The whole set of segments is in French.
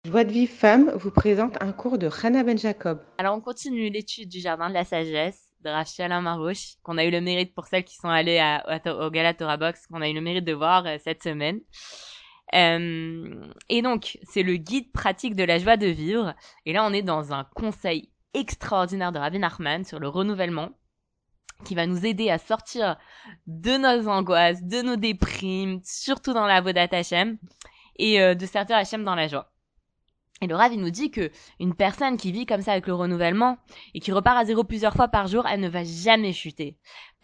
Joie de Vivre Femme vous présente un cours de Hannah Ben Jacob. Alors, on continue l'étude du Jardin de la Sagesse de Rav Shalom Arush, qu'on a eu le mérite pour celles qui sont allées au Gala Torah Box, qu'on a eu le mérite de voir cette semaine. Et donc, c'est le guide pratique de la joie de vivre. Et là, on est dans un conseil extraordinaire de Rabbi Nachman sur le renouvellement, qui va nous aider à sortir de nos angoisses, de nos déprimes, surtout dans la Vodat Hashem, et de servir Hashem dans la joie. Et le Rav, il nous dit que une personne qui vit comme ça avec le renouvellement et qui repart à zéro plusieurs fois par jour, elle ne va jamais chuter.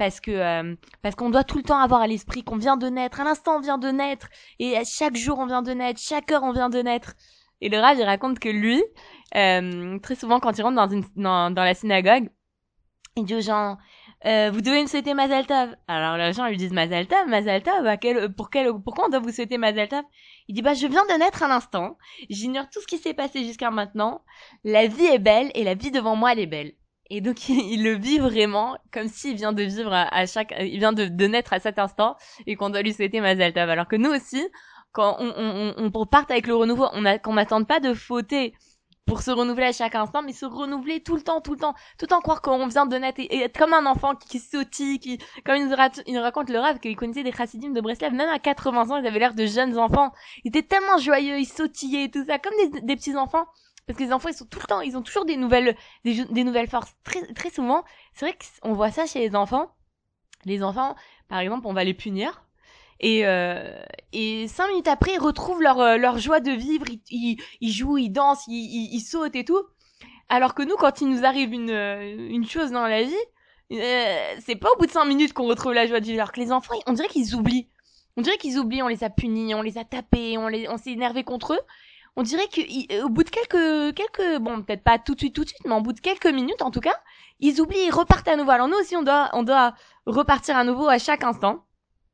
Parce qu'on doit tout le temps avoir à l'esprit qu'on vient de naître, à l'instant on vient de naître, et à chaque jour on vient de naître, chaque heure on vient de naître. Et le Rav, il raconte que lui, très souvent quand il rentre dans la synagogue, il dit aux gens, vous devez me souhaiter Mazal Tov. Alors les gens lui disent Mazal Tov, pourquoi on doit vous souhaiter Mazal Tov? Il dit je viens de naître à l'instant, j'ignore tout ce qui s'est passé jusqu'à maintenant, la vie est belle et la vie devant moi elle est belle. Et donc il le vit vraiment comme s'il vient de vivre il vient de naître à cet instant et qu'on doit lui souhaiter Mazal Tov. Alors que nous aussi, quand on parte avec le renouveau, qu'on n'attende pas de fauter pour se renouveler à chaque instant, mais se renouveler tout le temps, tout le temps, tout le temps croire qu'on vient de naître et être comme un enfant qui sautille, comme il nous raconte le rêve qu'il connaissait des chassidim de Breslev, même à 80 ans, ils avaient l'air de jeunes enfants. Ils étaient tellement joyeux, ils sautillaient, tout ça, comme des petits enfants. Parce que les enfants, ils sont tout le temps, ils ont toujours des nouvelles forces. Très, très souvent, c'est vrai qu'on voit ça chez les enfants. Les enfants, par exemple, on va les punir. Et, euh, et 5 minutes après, ils retrouvent leur joie de vivre, ils jouent, ils dansent, ils sautent et tout. Alors que nous, quand il nous arrive une chose dans la vie, c'est pas au bout de 5 minutes qu'on retrouve la joie de vivre. Alors que les enfants, on dirait qu'ils oublient. On dirait qu'ils oublient, on les a punis, on les a tapés, on s'est énervé contre eux. On dirait qu'au bout de bon, peut-être pas tout de suite, mais au bout de quelques minutes, en tout cas, ils oublient, ils repartent à nouveau. Alors nous aussi, on doit repartir à nouveau à chaque instant.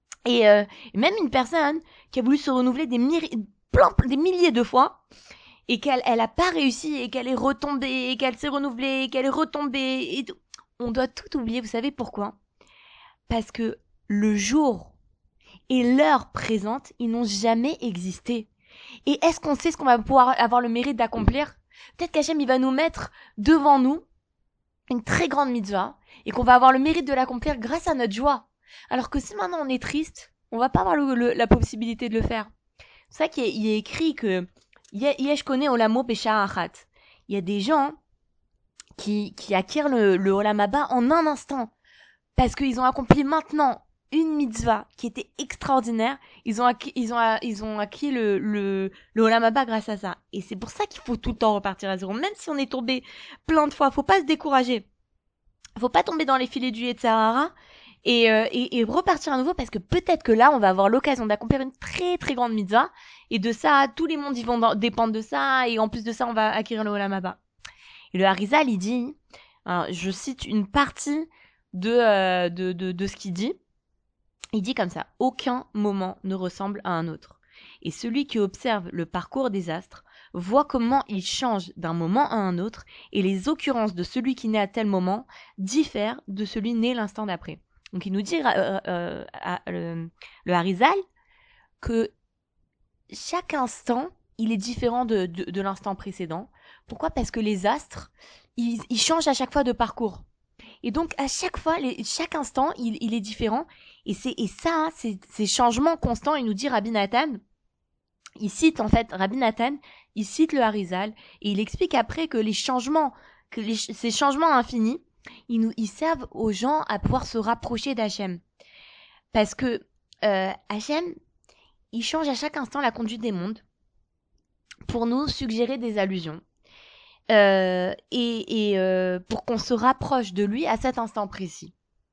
Et même une personne qui a voulu se renouveler des milliers de fois et qu'elle a pas réussi et qu'elle est retombée et qu'elle s'est renouvelée et qu'elle est retombée et tout. On doit tout oublier, vous savez pourquoi? Parce que le jour et l'heure présente, ils n'ont jamais existé. Et est-ce qu'on sait ce qu'on va pouvoir avoir le mérite d'accomplir? Peut-être qu'Hachem, il va nous mettre devant nous une très grande mitzvah et qu'on va avoir le mérite de l'accomplir grâce à notre joie. Alors que si maintenant on est triste, on va pas avoir la possibilité de le faire. C'est ça qu'il est écrit que Yesh connaît Olamo Pesha Achat. Il y a des gens qui acquièrent le Olam Haba en un instant parce qu'ils ont accompli maintenant une mitzvah qui était extraordinaire. Ils ont acquis le Olam Haba grâce à ça. Et c'est pour ça qu'il faut tout le temps repartir à zéro. Même si on est tombé plein de fois, faut pas se décourager. Faut pas tomber dans les filets du Yetzirara et repartir à nouveau parce que peut-être que là, on va avoir l'occasion d'accomplir une très très grande mitzvah et de ça, tous les mondes ils vont dépendre de ça et en plus de ça, on va acquérir le Olam Haba. Et le Harizal, il dit, alors, je cite une partie de ce qu'il dit. Il dit comme ça, aucun moment ne ressemble à un autre. Et celui qui observe le parcours des astres voit comment ils changent d'un moment à un autre et les occurrences de celui qui naît à tel moment diffèrent de celui né l'instant d'après. Donc il nous dit, le Harizal, que chaque instant, il est différent de l'instant précédent. Pourquoi? Parce que les astres, ils changent à chaque fois de parcours. Et donc à chaque fois, chaque instant, il est différent. Et ça, ces changements constants, il nous dit Rabbi Nathan, il cite en fait Rabbi Nathan, il cite le Harizal et il explique après que ces changements infinis, ils servent aux gens à pouvoir se rapprocher d'Hachem. Parce que Hachem, il change à chaque instant la conduite des mondes pour nous suggérer des allusions. Pour qu'on se rapproche de lui à cet instant précis.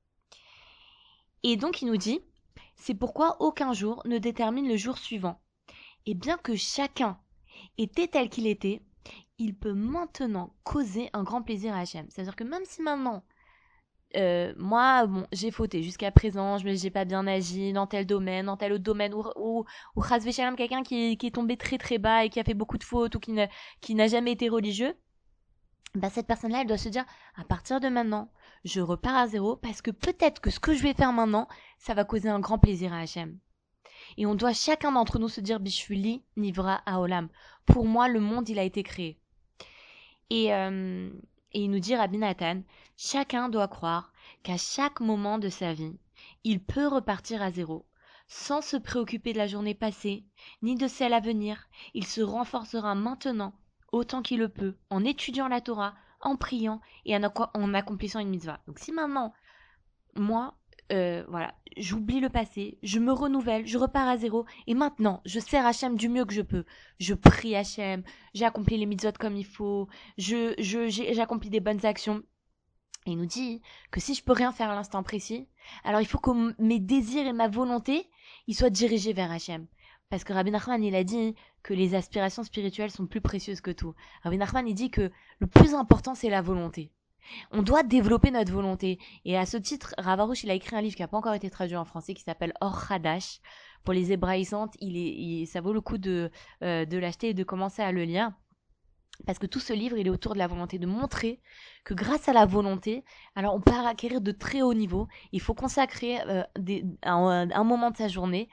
Et donc il nous dit, c'est pourquoi aucun jour ne détermine le jour suivant. Et bien que chacun était tel qu'il était, il peut maintenant causer un grand plaisir à Hachem. C'est-à-dire que même si maintenant, moi, bon, j'ai fauté jusqu'à présent, j'ai pas bien agi dans tel domaine, dans tel autre domaine, ou chas v'shalom, quelqu'un qui est tombé très très bas et qui a fait beaucoup de fautes ou qui n'a jamais été religieux, bah cette personne-là, elle doit se dire, à partir de maintenant, je repars à zéro parce que peut-être que ce que je vais faire maintenant, ça va causer un grand plaisir à Hachem. Et on doit chacun d'entre nous se dire, Bishvili Nivra Haolam. pour moi, le monde, il a été créé. Et il nous dit, Rabbi Nathan, chacun doit croire qu'à chaque moment de sa vie, il peut repartir à zéro, sans se préoccuper de la journée passée, ni de celle à venir. Il se renforcera maintenant, autant qu'il le peut, en étudiant la Torah, en priant et en accomplissant une mitzvah. Donc si maintenant, moi, voilà, j'oublie le passé, je me renouvelle, je repars à zéro, et maintenant, je sers Hachem du mieux que je peux. Je prie Hachem, j'accomplis les mitzvot comme il faut, j'accomplis des bonnes actions. Et il nous dit que si je peux rien faire à l'instant précis, alors il faut que mes désirs et ma volonté, ils soient dirigés vers Hachem. Parce que Rabbi Nachman, il a dit que les aspirations spirituelles sont plus précieuses que tout. Rabbi Nachman, il dit que le plus important, c'est la volonté. On doit développer notre volonté. Et à ce titre, Rav Arush, il a écrit un livre qui n'a pas encore été traduit en français, qui s'appelle Or Hadash. Pour les hébraïsantes, ça vaut le coup de l'acheter et de commencer à le lire. Parce que tout ce livre, il est autour de la volonté, de montrer que grâce à la volonté, alors on peut acquérir de très hauts niveaux. Il faut consacrer un moment de sa journée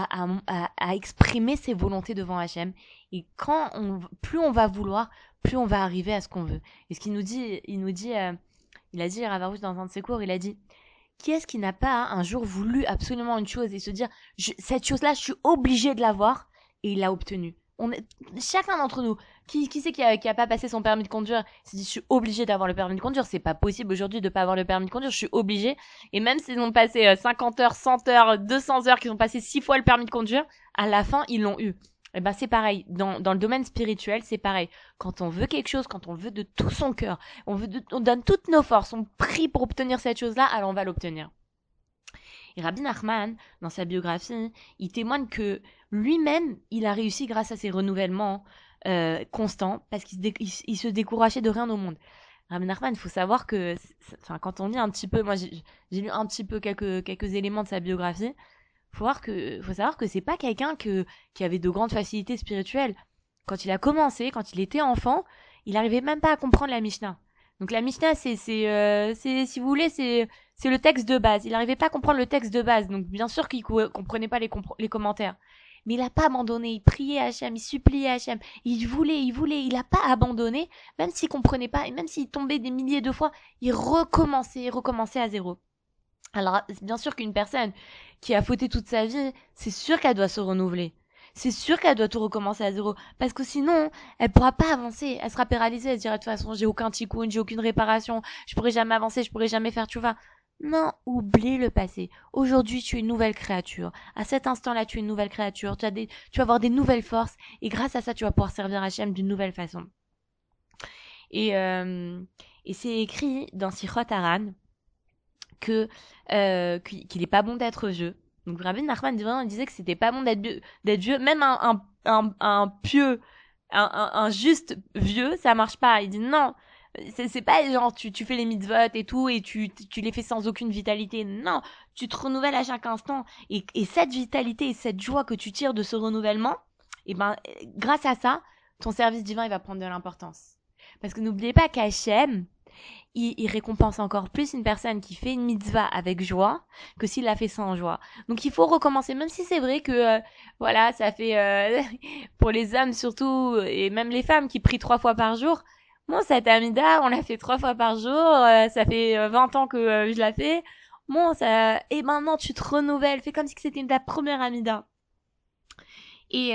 à exprimer ses volontés devant Hachem. Et plus on va vouloir, plus on va arriver à ce qu'on veut. Et ce qu'il nous dit, il a dit, Rav Arush, dans un de ses cours, il a dit, qui est-ce qui n'a pas un jour voulu absolument une chose et se dire, cette chose-là, je suis obligé de l'avoir, et il l'a obtenue. Chacun d'entre nous, qui c'est qui a pas passé son permis de conduire, s'est dit, je suis obligé d'avoir le permis de conduire, c'est pas possible aujourd'hui de pas avoir le permis de conduire, je suis obligé. Et même s'ils ont passé 50 heures, 100 heures, 200 heures, qu'ils ont passé 6 fois le permis de conduire, à la fin, ils l'ont eu. Et ben c'est pareil, dans le domaine spirituel, c'est pareil. Quand on veut quelque chose, quand on veut de tout son cœur, on donne toutes nos forces, on prie pour obtenir cette chose-là, alors on va l'obtenir. Et Rabbi Nachman, dans sa biographie, il témoigne que lui-même, il a réussi grâce à ses renouvellements constants, parce qu'il se décourageait de rien au monde. Rabbi Nachman, il faut savoir que, quand on lit un petit peu, moi j'ai lu un petit peu quelques éléments de sa biographie, faut savoir que c'est pas quelqu'un qui avait de grandes facilités spirituelles. Quand il a commencé, quand il était enfant, il arrivait même pas à comprendre la Mishnah. Donc la Mishnah, c'est si vous voulez, c'est le texte de base. Il n'arrivait pas à comprendre le texte de base, donc bien sûr qu'il comprenait pas les commentaires. Mais il a pas abandonné, il priait Hachem, il suppliait Hachem, il voulait, il a pas abandonné, même s'il comprenait pas, et même s'il tombait des milliers de fois, il recommençait à zéro. Alors, bien sûr qu'une personne qui a fauté toute sa vie, c'est sûr qu'elle doit se renouveler. C'est sûr qu'elle doit tout recommencer à zéro. Parce que sinon, elle pourra pas avancer. Elle sera paralysée. Elle se dira, de toute façon, j'ai aucun tikkun, j'ai aucune réparation. Je pourrai jamais avancer, je pourrai jamais faire tchouva. Non, oublie le passé. Aujourd'hui, tu es une nouvelle créature. À cet instant-là, tu es une nouvelle créature. Tu vas avoir des nouvelles forces. Et grâce à ça, tu vas pouvoir servir Hachem d'une nouvelle façon. Et c'est écrit dans Sichot Haran qu'il est pas bon d'être vieux. Donc Rabbi Nachman disait que c'était pas bon d'être vieux, même un pieux, un juste vieux, ça marche pas. Il dit non, c'est pas genre tu fais les mitzvot et tout et tu les fais sans aucune vitalité. Non, tu te renouvelles à chaque instant et cette vitalité et cette joie que tu tires de ce renouvellement, et ben grâce à ça, ton service divin il va prendre de l'importance. Parce que n'oubliez pas qu'Hachem, il récompense encore plus une personne qui fait une mitzvah avec joie que s'il l'a fait sans joie. Donc il faut recommencer, même si c'est vrai que voilà, ça fait pour les hommes surtout et même les femmes qui prient 3 fois par jour. Bon, cette amida, on l'a fait 3 fois par jour, ça fait 20 ans que je la fais. Bon, ça et maintenant tu te renouvelles, fais comme si c'était ta première amida. Et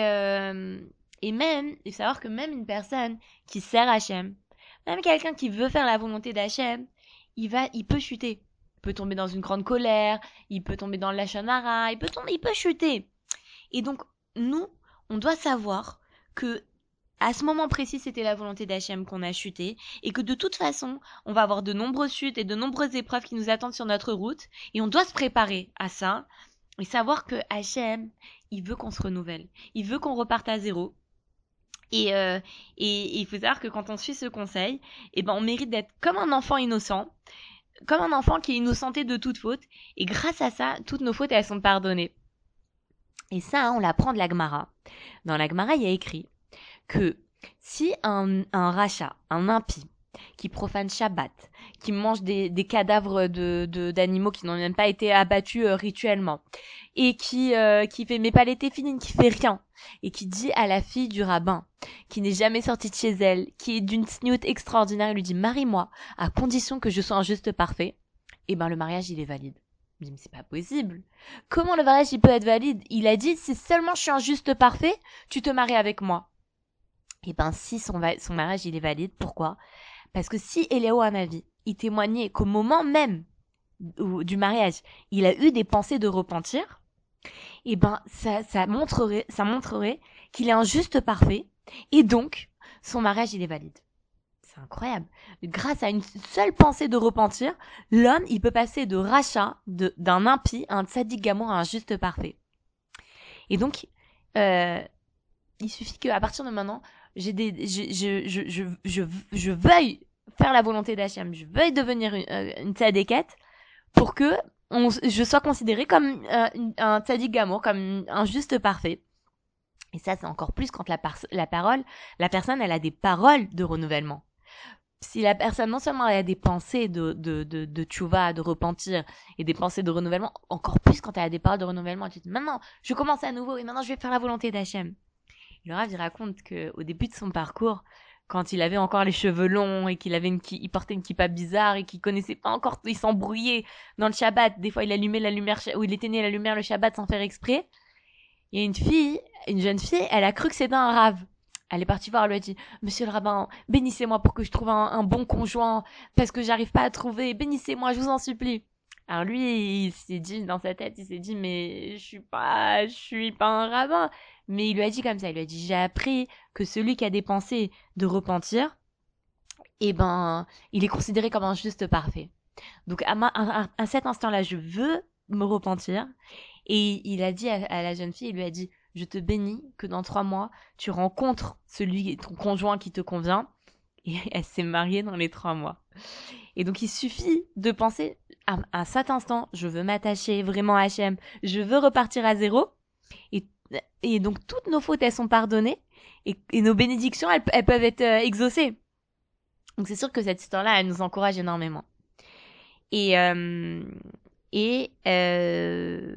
même, il faut savoir que même une personne qui sert Hachem, même quelqu'un qui veut faire la volonté d'Hachem, il peut chuter. Il peut tomber dans une grande colère, il peut tomber dans le lachon hara, il peut chuter. Et donc, nous, on doit savoir que à ce moment précis, c'était la volonté d'Hachem qu'on a chuté, et que de toute façon, on va avoir de nombreuses chutes et de nombreuses épreuves qui nous attendent sur notre route, et on doit se préparer à ça, et savoir que Hachem, il veut qu'on se renouvelle, il veut qu'on reparte à zéro. Et il faut savoir que quand on suit ce conseil, eh ben on mérite d'être comme un enfant innocent, comme un enfant qui est innocenté de toute faute. Et grâce à ça, toutes nos fautes, elles sont pardonnées. Et ça, on l'apprend de la Gemara. Dans la Gemara, il y a écrit que si un rachat, un impie, qui profane Shabbat, qui mange des cadavres d'animaux qui n'ont même pas été abattus rituellement, et qui fait mais pas les téphilines, qui fait rien, et qui dit à la fille du rabbin, qui n'est jamais sortie de chez elle, qui est d'une sniout extraordinaire, il lui dit marie-moi, à condition que je sois un juste parfait, et ben le mariage il est valide. Je me dis mais c'est pas possible. Comment le mariage il peut être valide? Il a dit si seulement je suis un juste parfait, tu te maries avec moi. Et ben si son mariage il est valide, pourquoi? Parce que si Eliaou Hanavi, il témoignait qu'au moment même du mariage, il a eu des pensées de repentir, et ben ça montrerait qu'il est un juste parfait, et donc son mariage il est valide. C'est incroyable. Grâce à une seule pensée de repentir, l'homme il peut passer de rachat d'un impie, un tzaddik gamour, à un juste parfait. Et donc il suffit qu'à partir de maintenant, je veuille faire la volonté d'Hachem, je veuille devenir une tzadékette pour que je sois considérée comme un tzaddik gamour, comme un juste parfait. Et ça, c'est encore plus quand la personne, elle a des paroles de renouvellement. Si la personne, non seulement elle a des pensées de tchouva, de repentir, et des pensées de renouvellement, encore plus quand elle a des paroles de renouvellement, tu te dis, maintenant, je commence à nouveau, et maintenant, je vais faire la volonté d'Hachem. Le Rav, il raconte qu'au début de son parcours, quand il avait encore les cheveux longs et il portait une kippa bizarre et qu'il connaissait pas encore, il s'embrouillait dans le Shabbat. Des fois, il allumait la lumière, ou il éteignait la lumière le Shabbat sans faire exprès. Il y a une jeune fille, elle a cru que c'était un Rav. Elle est partie voir, elle lui a dit, Monsieur le rabbin, bénissez-moi pour que je trouve un bon conjoint, parce que j'arrive pas à trouver, bénissez-moi, je vous en supplie. Alors lui, il s'est dit, dans sa tête, il s'est dit, mais je suis pas un rabbin. Mais il lui a dit comme ça, il lui a dit, j'ai appris que celui qui a des pensées de repentir, eh ben, il est considéré comme un juste parfait. Donc, à cet instant-là, je veux me repentir. Et il a dit à la jeune fille, il lui a dit, je te bénis que dans 3 mois, tu rencontres ton conjoint qui te convient. Et elle s'est mariée dans les 3 mois. Et donc, il suffit de penser à cet instant, je veux m'attacher vraiment à Hachem, je veux repartir à zéro. Et, et donc, toutes nos fautes, elles sont pardonnées. Et nos bénédictions, elles peuvent être exaucées. Donc, c'est sûr que cette histoire-là, elle nous encourage énormément. Et, et, euh,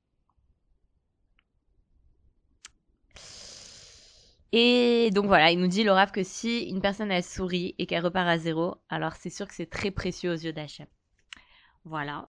et donc voilà, il nous dit, le Rav, que si une personne, elle sourit et qu'elle repart à zéro, alors c'est sûr que c'est très précieux aux yeux d'Hachem. Voilà.